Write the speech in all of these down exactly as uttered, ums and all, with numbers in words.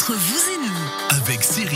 Entre vous et nous, avec Cyril.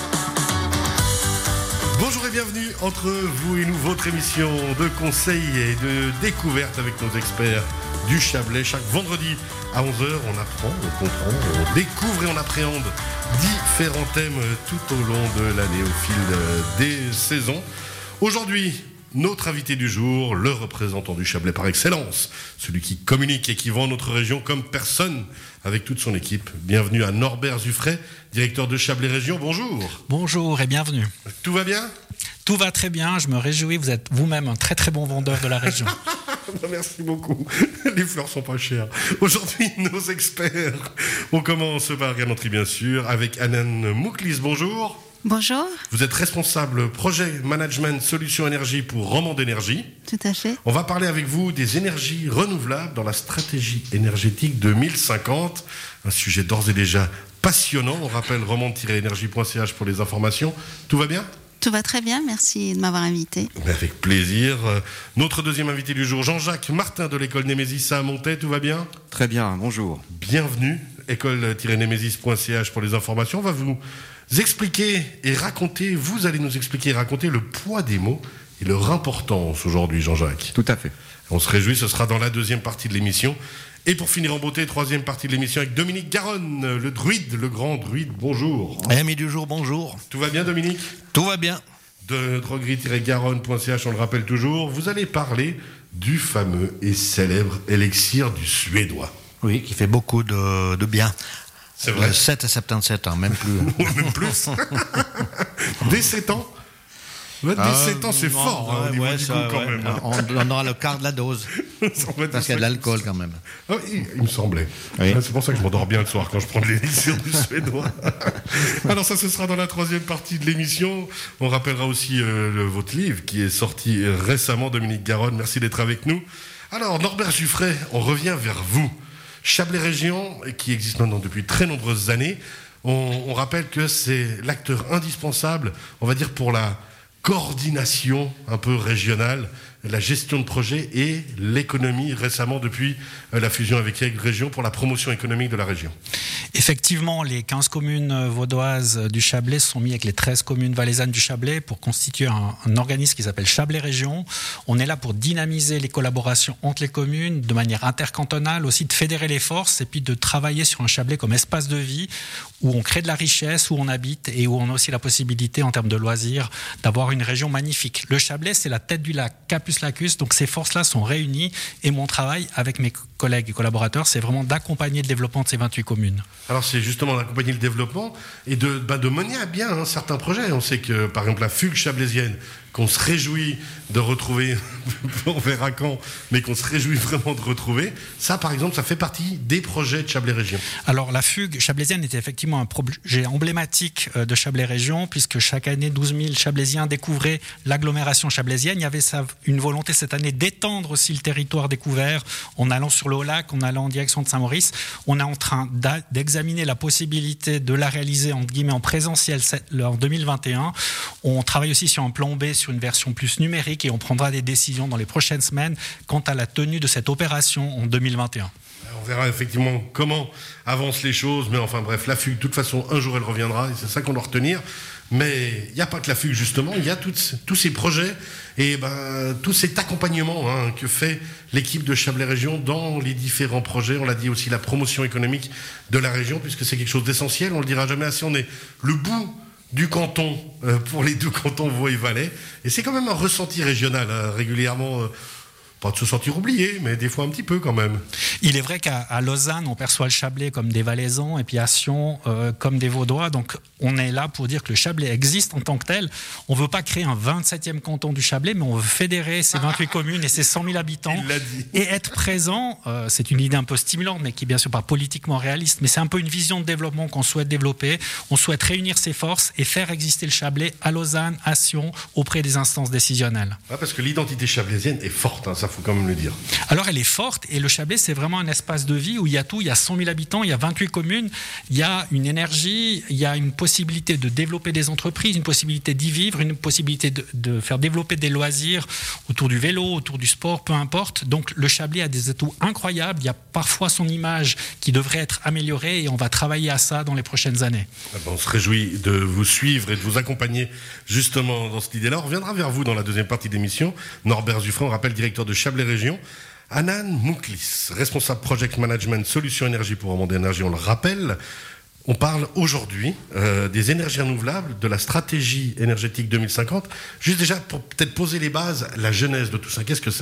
Bonjour et bienvenue entre vous et nous, votre émission de conseils et de découverte avec nos experts du Chablais. Chaque vendredi à onze heures, on apprend, on comprend, on découvre et on appréhende différents thèmes tout au long de l'année, au fil des saisons. Aujourd'hui, notre invité du jour, le représentant du Chablais par excellence, celui qui communique et qui vend notre région comme personne avec toute son équipe. Bienvenue à Norbert Zuffray, directeur de Chablais Région. Bonjour. Bonjour et bienvenue. Tout va bien ? Tout va très bien, je me réjouis, vous êtes vous-même un très très bon vendeur de la région. Merci beaucoup, les fleurs sont pas chères. Aujourd'hui, nos experts, on commence par Gallantry bien sûr, avec Anan Mouklis, bonjour. Bonjour. Vous êtes responsable projet management solutions énergie pour Romand d'énergie. Tout à fait. On va parler avec vous des énergies renouvelables dans la stratégie énergétique deux mille cinquante. Un sujet d'ores et déjà passionnant. On rappelle romand tiret énergie point c h pour les informations. Tout va bien ? Tout va très bien, merci de m'avoir invité. Avec plaisir. Notre deuxième invité du jour, Jean-Jacques Martin de l'école Némésis à Montaix. Tout va bien ? Très bien, bonjour. Bienvenue. école tiret némésis point c h pour les informations. On va vous expliquer et raconter, vous allez nous expliquer et raconter le poids des mots et leur importance aujourd'hui, Jean-Jacques. Tout à fait. On se réjouit, ce sera dans la deuxième partie de l'émission. Et pour finir en beauté, troisième partie de l'émission avec Dominique Garonne, le druide, le grand druide. Bonjour. Ami du jour, bonjour. Tout va bien, Dominique ? Tout va bien. De droguerie tiret garonne point c h, on le rappelle toujours, vous allez parler du fameux et célèbre élixir du Suédois. Oui, qui fait beaucoup de, de bien. C'est vrai. sept à soixante-dix-sept ans, même plus. Même plus. Dès sept ans ? Ouais, dès Ah, sept ans, c'est non, fort, hein, ouais, au niveau ouais, du ça, goût, quand ouais. même. On, on aura le quart de la dose. Parce qu'il y a de l'alcool, quand même. Ah, il, il me semblait. Oui. C'est pour ça que je m'endors bien le soir quand je prends de l'élixir du Suédois. Alors ça, ce sera dans la troisième partie de l'émission. On rappellera aussi euh, le, votre livre qui est sorti récemment, Dominique Garonne. Merci d'être avec nous. Alors, Norbert Zuffray, on revient vers vous. Chablais Région, qui existe maintenant depuis très nombreuses années. On, on rappelle que c'est l'acteur indispensable, on va dire, pour la coordination un peu régionale, la gestion de projet et l'économie récemment depuis la fusion avec Aigle Région pour la promotion économique de la région. Effectivement, les quinze communes vaudoises du Chablais se sont mis avec les treize communes valaisannes du Chablais pour constituer un, un organisme qui s'appelle Chablais Région. On est là pour dynamiser les collaborations entre les communes de manière intercantonale, aussi de fédérer les forces et puis de travailler sur un Chablais comme espace de vie où on crée de la richesse, où on habite et où on a aussi la possibilité en termes de loisirs d'avoir une région magnifique. Le Chablais, c'est la tête du lac, Capus Lacus, donc ces forces-là sont réunies et mon travail avec mes collègues et collaborateurs, c'est vraiment d'accompagner le développement de ces vingt-huit communes. Alors c'est justement d'accompagner le développement et de, bah, de mener à bien hein, certains projets. On sait que par exemple la fugue chablaisienne, qu'on se réjouit de retrouver, on verra quand, mais qu'on se réjouit vraiment de retrouver, ça par exemple ça fait partie des projets de Chablais Région. Alors la fugue chablaisienne était effectivement un projet emblématique de Chablais Région puisque chaque année douze mille Chablaisiens découvraient l'agglomération chablaisienne. Il y avait une volonté cette année d'étendre aussi le territoire découvert en allant sur le Haut-Lac, en allant en direction de Saint-Maurice. On est en train d'examiner la possibilité de la réaliser entre guillemets en présentiel en deux mille vingt et un. On travaille aussi sur un plan B, sur une version plus numérique et on prendra des décisions dans les prochaines semaines quant à la tenue de cette opération en deux mille vingt et un. On verra effectivement comment avancent les choses, mais enfin bref, la fugue, de toute façon, un jour elle reviendra et c'est ça qu'on doit retenir. Mais il n'y a pas que la fugue justement, il y a toutes, tous ces projets et ben, tout cet accompagnement hein, que fait l'équipe de Chablais Région dans les différents projets. On l'a dit aussi, la promotion économique de la région, puisque c'est quelque chose d'essentiel, on le dira jamais assez, on est le bout du canton euh, pour les deux cantons Vaud et Valais. Et c'est quand même un ressenti régional, hein, régulièrement, euh, pas de se sentir oublié, mais des fois un petit peu quand même. Il est vrai qu'à à Lausanne, on perçoit le Chablais comme des Valaisans et puis à Sion euh, comme des Vaudois. Donc on est là pour dire que le Chablais existe en tant que tel. On ne veut pas créer un vingt-septième canton du Chablais, mais on veut fédérer ces vingt-huit communes et ces cent mille habitants. Il l'a dit. Et être présent, euh, c'est une idée un peu stimulante, mais qui est bien sûr pas politiquement réaliste. Mais c'est un peu une vision de développement qu'on souhaite développer. On souhaite réunir ses forces et faire exister le Chablais à Lausanne, à Sion, auprès des instances décisionnelles. Ah, parce que l'identité chablaisienne est forte, hein. Ça ça faut quand même le dire. Alors elle est forte et le Chablais c'est vraiment un espace de vie où il y a tout, il y a cent mille habitants, il y a vingt-huit communes, il y a une énergie, il y a une possibilité de développer des entreprises, une possibilité d'y vivre, une possibilité de, de faire développer des loisirs autour du vélo, autour du sport, peu importe. Donc le Chablais a des atouts incroyables, il y a parfois son image qui devrait être améliorée et on va travailler à ça dans les prochaines années. On se réjouit de vous suivre et de vous accompagner justement dans cette idée-là. On reviendra vers vous dans la deuxième partie d'émission. Norbert Zuffray, on rappelle directeur de Chablais Région. Hanan Mouklis, responsable Project Management Solutions Énergie pour un monde d'énergie, on le rappelle. On parle aujourd'hui euh, des énergies renouvelables, de la stratégie énergétique deux mille cinquante. Juste déjà, pour peut-être poser les bases, la genèse de tout ça, qu'est-ce que c'est ?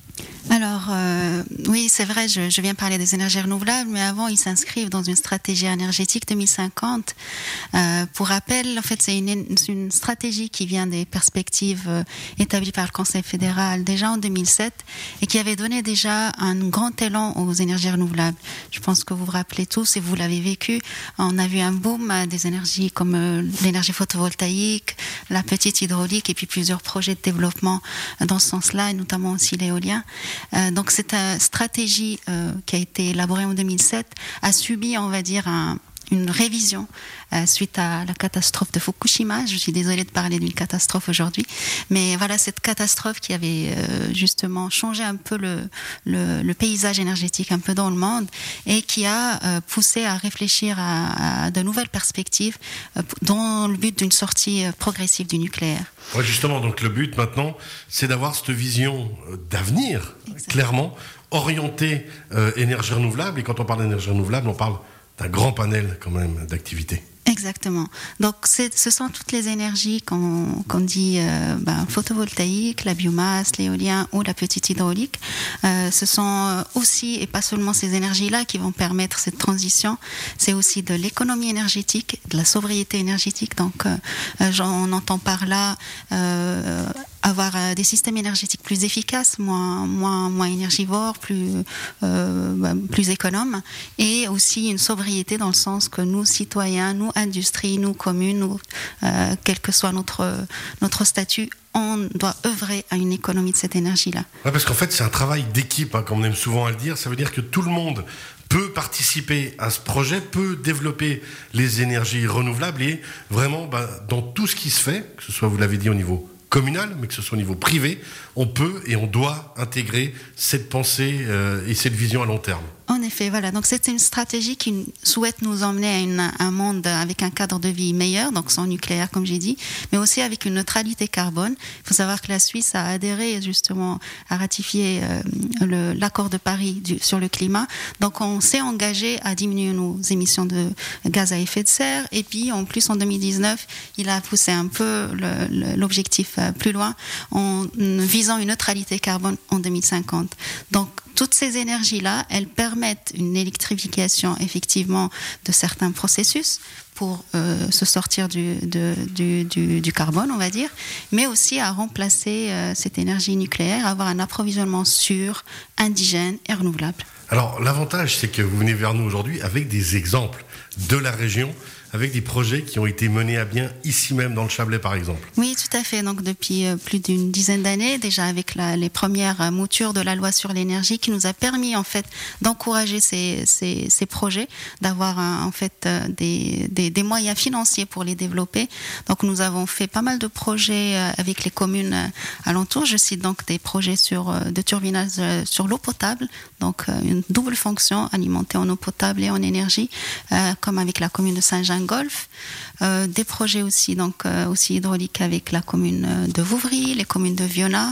Alors, euh, oui, c'est vrai, je, je viens parler des énergies renouvelables, mais avant, ils s'inscrivent dans une stratégie énergétique deux mille cinquante. Euh, pour rappel, en fait, c'est une, une stratégie qui vient des perspectives euh, établies par le Conseil fédéral déjà en deux mille sept et qui avait donné déjà un grand élan aux énergies renouvelables. Je pense que vous vous rappelez tous et vous l'avez vécu. On a vu un boom des énergies comme euh, l'énergie photovoltaïque, la petite hydraulique et puis plusieurs projets de développement dans ce sens-là, et notamment aussi l'éolien. Euh, donc cette euh, stratégie euh, qui a été élaborée en deux mille sept a subi, on va dire, un, une révision euh, suite à la catastrophe de Fukushima. Je suis désolée de parler d'une catastrophe aujourd'hui, mais voilà, cette catastrophe qui avait euh, justement changé un peu le, le, le paysage énergétique un peu dans le monde et qui a euh, poussé à réfléchir à, à de nouvelles perspectives euh, dans le but d'une sortie euh, progressive du nucléaire. Ouais, justement, donc le but maintenant, c'est d'avoir cette vision d'avenir, exactement, clairement orientée euh, énergie renouvelable. Et quand on parle d'énergie renouvelable, on parle d'un grand panel quand même d'activités. Exactement. Donc, c'est, ce sont toutes les énergies qu'on, qu'on dit euh, ben, photovoltaïque, la biomasse, l'éolien ou la petite hydraulique. Euh, ce sont aussi, et pas seulement ces énergies-là, qui vont permettre cette transition. C'est aussi de l'économie énergétique, de la sobriété énergétique. Donc, euh, on entend par là euh, avoir des systèmes énergétiques plus efficaces, moins, moins, moins énergivores, plus, euh, ben, plus économes, et aussi une sobriété dans le sens que nous, citoyens, nous, industrie, nous, communes, nous, euh, quel que soit notre, notre statut, on doit œuvrer à une économie de cette énergie-là. Ouais, parce qu'en fait, c'est un travail d'équipe, hein, comme on aime souvent à le dire. Ça veut dire que tout le monde peut participer à ce projet, peut développer les énergies renouvelables et vraiment, bah, dans tout ce qui se fait, que ce soit, vous l'avez dit, au niveau communal, mais que ce soit au niveau privé, on peut et on doit intégrer cette pensée euh, et cette vision à long terme. En effet, voilà. Donc c'est une stratégie qui souhaite nous emmener à une, un monde avec un cadre de vie meilleur, donc sans nucléaire comme j'ai dit, mais aussi avec une neutralité carbone. Il faut savoir que la Suisse a adhéré justement à ratifier euh, le, l'accord de Paris du, sur le climat. Donc on s'est engagé à diminuer nos émissions de gaz à effet de serre. Et puis en plus en deux mille dix-neuf, il a poussé un peu le, le, l'objectif plus loin en visant une neutralité carbone en deux mille cinquante. Donc toutes ces énergies-là, elles permettent une électrification effectivement de certains processus pour euh, se sortir du, de, du, du, du carbone, on va dire, mais aussi à remplacer euh, cette énergie nucléaire, à avoir un approvisionnement sûr, indigène et renouvelable. Alors l'avantage, c'est que vous venez vers nous aujourd'hui avec des exemples de la région, avec des projets qui ont été menés à bien ici même dans le Chablais par exemple. Oui, tout à fait. Donc depuis euh, plus d'une dizaine d'années, déjà avec la, les premières euh, moutures de la loi sur l'énergie, qui nous a permis en fait d'encourager ces, ces, ces projets, d'avoir un, en fait euh, des, des, des moyens financiers pour les développer. Donc nous avons fait pas mal de projets euh, avec les communes euh, alentours. Je cite donc des projets sur euh, de turbinage euh, sur l'eau potable, donc euh, une double fonction, alimenter en eau potable et en énergie, euh, comme avec la commune de Saint-Jean Golf, euh, des projets aussi donc euh, aussi hydrauliques avec la commune de Vouvry, les communes de Viona,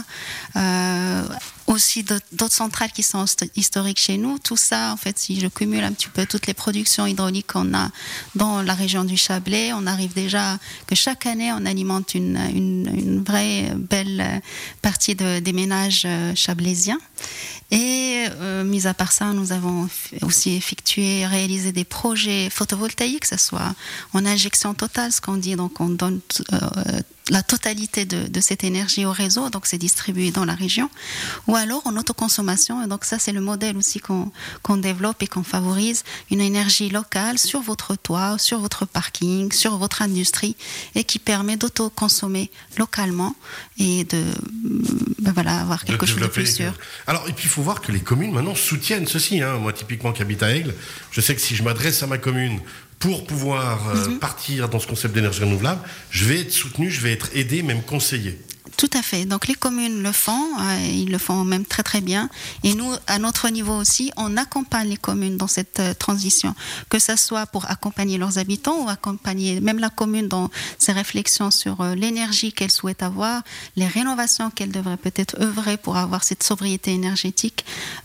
euh, aussi d'autres, d'autres centrales qui sont historiques chez nous. Tout ça, en fait, si je cumule un petit peu toutes les productions hydrauliques qu'on a dans la région du Chablais, on arrive déjà que chaque année on alimente une, une, une vraie belle partie de, des ménages chablaisiens. Et euh, mis à part ça, nous avons aussi effectué, réalisé des projets photovoltaïques, que ce soit en injection totale, ce qu'on dit, donc on donne euh, la totalité de, de cette énergie au réseau, donc c'est distribué dans la région, ou alors en autoconsommation, et donc ça c'est le modèle aussi qu'on, qu'on développe et qu'on favorise, une énergie locale sur votre toit, sur votre parking, sur votre industrie, et qui permet d'autoconsommer localement et de ben voilà, avoir quelque chose de plus sûr. Alors, et puis il faut voir que les communes maintenant soutiennent ceci, hein. Moi typiquement qui habite à Aigle, je sais que si je m'adresse à ma commune pour pouvoir euh, mm-hmm. partir dans ce concept d'énergie renouvelable, je vais être soutenu, je vais être aidé, même conseillé. Tout à fait. Donc les communes le font, euh, ils le font même très très bien. Et nous, à notre niveau aussi, on accompagne les communes dans cette euh, transition, que ce soit pour accompagner leurs habitants ou accompagner même la commune dans ses réflexions sur euh, l'énergie qu'elle souhaite avoir, les rénovations qu'elle devrait peut-être œuvrer pour avoir cette sobriété énergétique.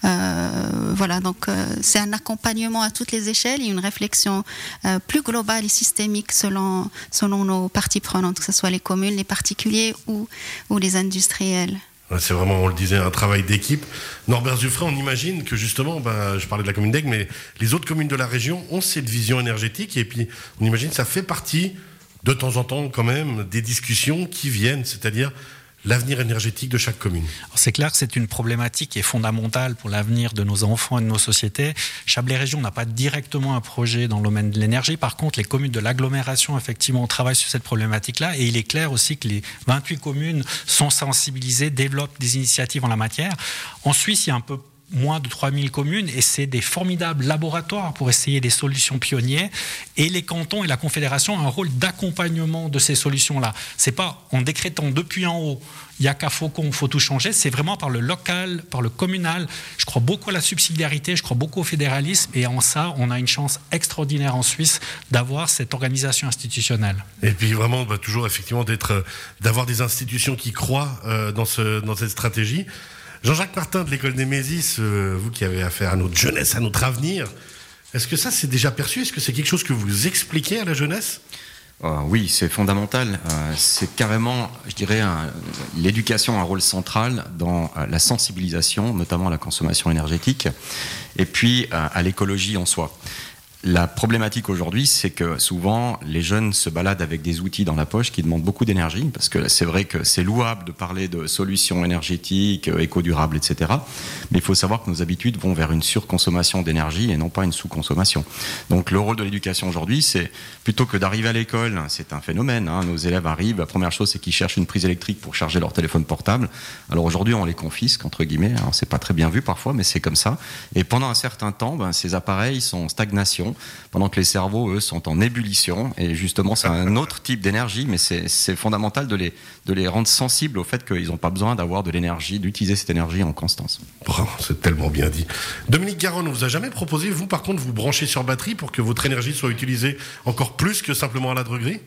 Euh, voilà, donc euh, c'est un accompagnement à toutes les échelles et une réflexion euh, plus globale et systémique selon, selon nos parties prenantes, que ce soit les communes, les particuliers ou ou les industriels. C'est vraiment, on le disait, un travail d'équipe. Norbert Giuffret, on imagine que justement, ben, je parlais de la commune d'Aigle, mais les autres communes de la région ont cette vision énergétique et puis on imagine que ça fait partie, de temps en temps quand même, des discussions qui viennent, c'est-à-dire l'avenir énergétique de chaque commune. Alors c'est clair que c'est une problématique qui est fondamentale pour l'avenir de nos enfants et de nos sociétés. Chablais Région n'a pas directement un projet dans le domaine de l'énergie. Par contre, les communes de l'agglomération, effectivement, travaillent sur cette problématique-là. Et il est clair aussi que les vingt-huit communes sont sensibilisées, développent des initiatives en la matière. En Suisse, il y a un peu moins de trois mille communes et c'est des formidables laboratoires pour essayer des solutions pionnières et les cantons et la Confédération ont un rôle d'accompagnement de ces solutions-là. C'est pas en décrétant depuis en haut il n'y a qu'à Faucon, il faut tout changer, c'est vraiment par le local, par le communal. Je crois beaucoup à la subsidiarité, je crois beaucoup au fédéralisme et en ça, on a une chance extraordinaire en Suisse d'avoir cette organisation institutionnelle. Et puis vraiment, bah, toujours effectivement d'être, d'avoir des institutions qui croient euh, dans, ce, dans cette stratégie. Jean-Jacques Martin de l'école Némésis, euh, vous qui avez affaire à notre jeunesse, à notre avenir, est-ce que ça c'est déjà perçu? Est-ce que c'est quelque chose que vous expliquez à la jeunesse? euh, Oui, c'est fondamental. Euh, c'est carrément, je dirais, un, l'éducation a un rôle central dans euh, la sensibilisation, notamment à la consommation énergétique, et puis euh, à l'écologie en soi. La problématique aujourd'hui, c'est que souvent, les jeunes se baladent avec des outils dans la poche qui demandent beaucoup d'énergie, parce que c'est vrai que c'est louable de parler de solutions énergétiques, éco-durables, et cetera. Mais il faut savoir que nos habitudes vont vers une surconsommation d'énergie et non pas une sous-consommation. Donc le rôle de l'éducation aujourd'hui, c'est plutôt que d'arriver à l'école, c'est un phénomène, hein, nos élèves arrivent, la première chose, c'est qu'ils cherchent une prise électrique pour charger leur téléphone portable. Alors aujourd'hui, on les confisque, entre guillemets, alors c'est pas très bien vu parfois, mais c'est comme ça. Et pendant un certain temps, ben, ces appareils sont en stagnation, pendant que les cerveaux, eux, sont en ébullition. Et justement, c'est un autre type d'énergie, mais c'est, c'est fondamental de les, de les rendre sensibles au fait qu'ils n'ont pas besoin d'avoir de l'énergie, d'utiliser cette énergie en constance. Oh, c'est tellement bien dit. Dominique Garonne, on vous a jamais proposé, vous, par contre, vous brancher sur batterie pour que votre énergie soit utilisée encore plus que simplement à la droguerie?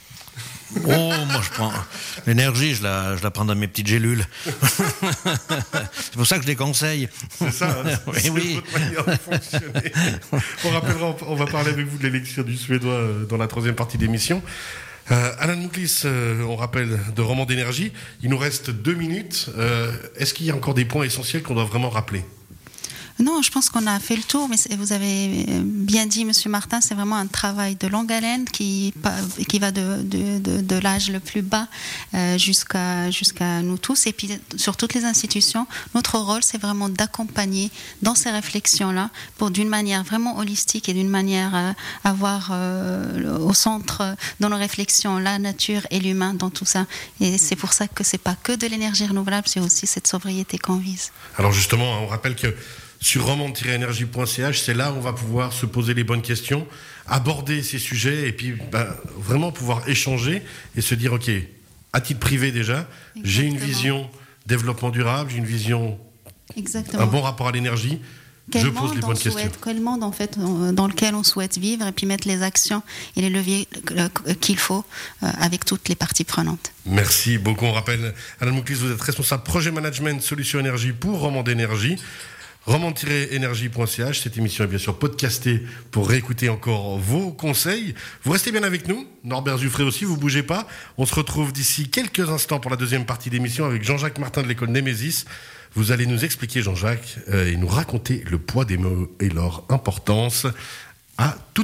Oh, moi je prends l'énergie, je la, je la prends dans mes petites gélules. C'est pour ça que je les conseille. C'est ça, hein, oui, c'est oui. votre manière de fonctionner. On rappellera, on va parler avec vous de l'élection du Suédois dans la troisième partie d'émission. Euh, Alain Mouklis, euh, on rappelle de Roman d'énergie. Il nous reste deux minutes. Euh, est-ce qu'il y a encore des points essentiels qu'on doit vraiment rappeler? Non, je pense qu'on a fait le tour, mais vous avez bien dit, Monsieur Martin, c'est vraiment un travail de longue haleine qui, qui va de, de, de, de l'âge le plus bas euh, jusqu'à, jusqu'à nous tous. Et puis, sur toutes les institutions, notre rôle, c'est vraiment d'accompagner dans ces réflexions-là, pour d'une manière vraiment holistique et d'une manière à avoir euh, au centre, dans nos réflexions, la nature et l'humain dans tout ça. Et c'est pour ça que c'est pas que de l'énergie renouvelable, c'est aussi cette sobriété qu'on vise. Alors justement, on rappelle que sur roman tiret énergie point c h, c'est là où on va pouvoir se poser les bonnes questions, aborder ces sujets et puis ben, vraiment pouvoir échanger et se dire, ok, à titre privé déjà, exactement, j'ai une vision développement durable, j'ai une vision, exactement, un bon rapport à l'énergie, quel je pose les bonnes questions. Souhaite, quel monde en fait dans lequel on souhaite vivre et puis mettre les actions et les leviers qu'il faut avec toutes les parties prenantes. Merci beaucoup. On rappelle, Alain Mouklis, vous êtes responsable projet management solutions énergie pour Roman d'énergie. roman tiret énergie point c h, cette émission est bien sûr podcastée pour réécouter encore vos conseils. Vous restez bien avec nous, Norbert Giuffret aussi, vous bougez pas. On se retrouve d'ici quelques instants pour la deuxième partie d'émission avec Jean-Jacques Martin de l'école Némésis. Vous allez nous expliquer, Jean-Jacques, euh, et nous raconter le poids des mots et leur importance. À tout